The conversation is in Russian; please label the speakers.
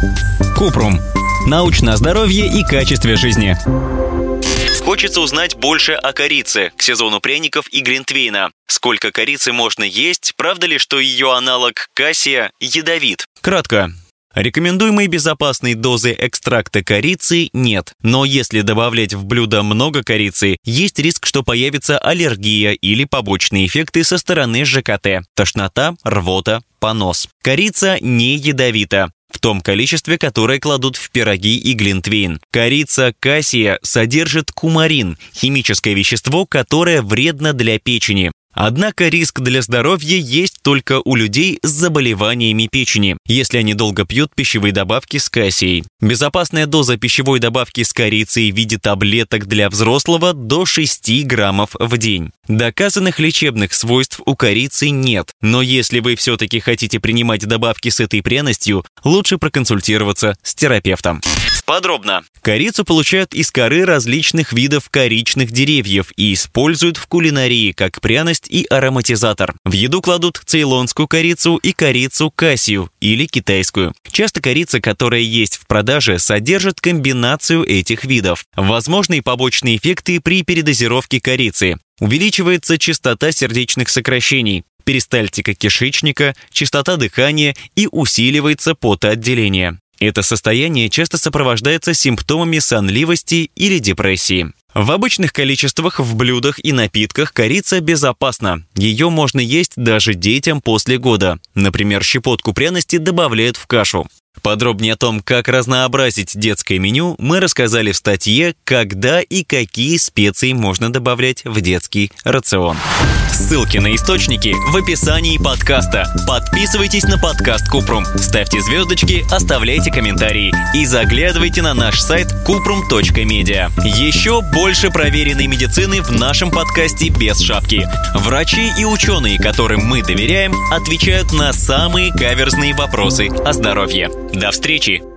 Speaker 1: Купрум. Научное здоровье и качестве жизни. Хочется узнать больше о корице к сезону пряников и глинтвейна. Сколько корицы можно есть? Правда ли, что ее аналог кассия ядовит? Кратко. Рекомендуемой безопасной дозы экстракта корицы нет, но если добавлять в блюдо много корицы, есть риск, что появится аллергия или побочные эффекты со стороны ЖКТ – тошнота, рвота, понос. Корица не ядовита в том количестве, которое кладут в пироги и глинтвейн. Корица кассия содержит кумарин – химическое вещество, которое вредно для печени. Однако риск для здоровья есть только у людей с заболеваниями печени, если они долго пьют пищевые добавки с кассией. Безопасная доза пищевой добавки с корицей в виде таблеток для взрослого до 6 граммов в день. Доказанных лечебных свойств у корицы нет, но если вы все-таки хотите принимать добавки с этой пряностью, лучше проконсультироваться с терапевтом. Подробно. Корицу получают из коры различных видов коричных деревьев и используют в кулинарии как пряность и ароматизатор. В еду кладут цейлонскую корицу и корицу кассию или китайскую. Часто корица, которая есть в продаже, содержит комбинацию этих видов. Возможны побочные эффекты при передозировке корицы. Увеличивается частота сердечных сокращений, перистальтика кишечника, частота дыхания и усиливается потоотделение. Это состояние часто сопровождается симптомами сонливости или депрессии. В обычных количествах в блюдах и напитках корица безопасна. Ее можно есть даже детям после года. Например, щепотку пряности добавляют в кашу. Подробнее о том, как разнообразить детское меню, мы рассказали в статье «Когда и какие специи можно добавлять в детский рацион». Ссылки на источники в описании подкаста. Подписывайтесь на подкаст Купрум, ставьте звездочки, оставляйте комментарии и заглядывайте на наш сайт kuprum.media. Еще больше проверенной медицины в нашем подкасте без шапки. Врачи и ученые, которым мы доверяем, отвечают на самые каверзные вопросы о здоровье. До встречи!